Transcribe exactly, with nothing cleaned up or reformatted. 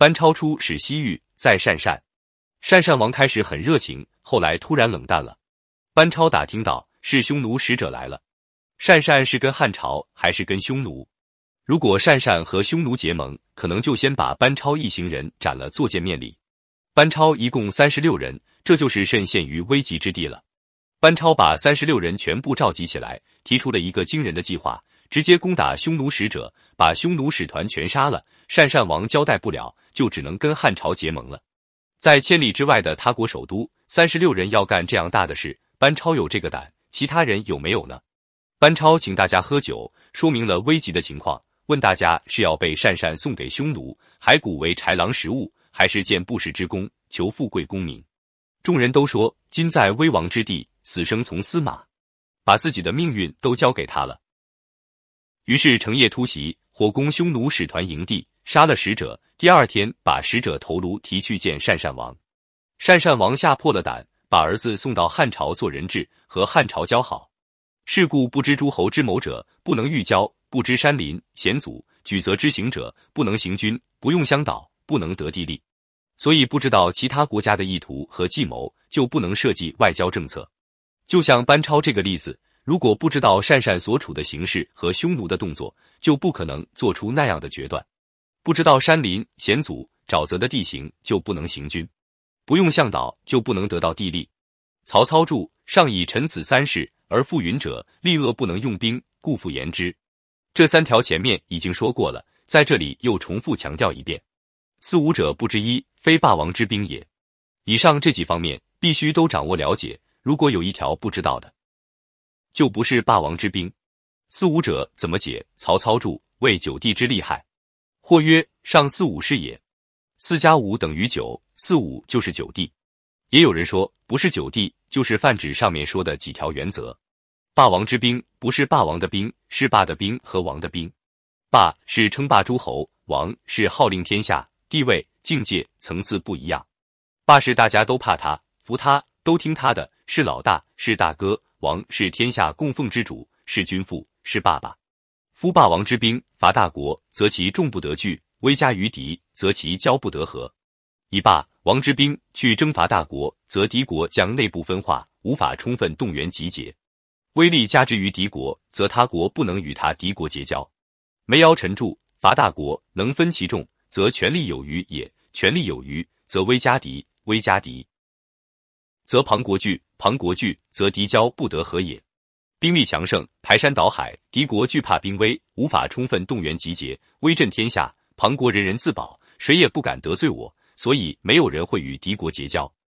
班超出使西域，再善善。善善王开始很热情，后来突然冷淡了。班超打听到是匈奴使者来了，善善是跟汉朝还是跟匈奴？如果善善和匈奴结盟，可能就先把班超一行人斩了做见面礼。班超一共三十六人，这就是甚陷于危急之地了。班超把三十六人全部召集起来，提出了一个惊人的计划，直接攻打匈奴使者，把匈奴使团全杀了。善善王交代不了，就只能跟汉朝结盟了。在千里之外的他国首都，三十六人要干这样大的事，班超有这个胆，其他人有没有呢？班超请大家喝酒，说明了危急的情况，问大家是要被善善送给匈奴，骸骨为豺狼食物，还是建布施之功，求富贵功名。众人都说今在危亡之地，死生从司马，把自己的命运都交给他了。于是乘夜突袭，火攻匈奴使团营地，杀了使者。第二天把使者头颅提去见善善王。善善王吓破了胆，把儿子送到汉朝做人质，和汉朝交好。是故不知诸侯之谋者，不能预交；不知山林险阻举责之行者，不能行军；不用向导，不能得地利。所以不知道其他国家的意图和计谋，就不能设计外交政策。就像班超这个例子，如果不知道善善所处的形势和匈奴的动作，就不可能做出那样的决断。不知道山林险阻沼泽的地形，就不能行军；不用向导，就不能得到地利。曹操注：上以臣子三事，而负云者，利恶不能用兵，故复言之。这三条前面已经说过了，在这里又重复强调一遍。四五者不知一，非霸王之兵也。以上这几方面必须都掌握了解，如果有一条不知道的，就不是霸王之兵。四五者怎么解？曹操注：为九地之利害。或曰：上四五是也。四加五等于九，四五就是九地。也有人说不是九地，就是泛指上面说的几条原则。霸王之兵不是霸王的兵，是霸的兵和王的兵。霸是称霸诸侯，王是号令天下，地位境界层次不一样。霸是大家都怕他，服他，都听他的，是老大，是大哥。王是天下供奉之主，是君父，是爸爸。夫霸王之兵，伐大国，则其众不得拒；威加于敌，则其骄不得和。以霸王之兵去征伐大国，则敌国将内部分化，无法充分动员集结；威力加之于敌国，则他国不能与他敌国结交。梅尧臣注：伐大国，能分其众，则权力有余也；权力有余，则威加敌，威加敌，则庞国惧，庞国惧，则敌骄不得和也。兵力强盛，排山倒海，敌国惧怕兵威，无法充分动员集结，威震天下。庞国人人自保，谁也不敢得罪我，所以没有人会与敌国结交。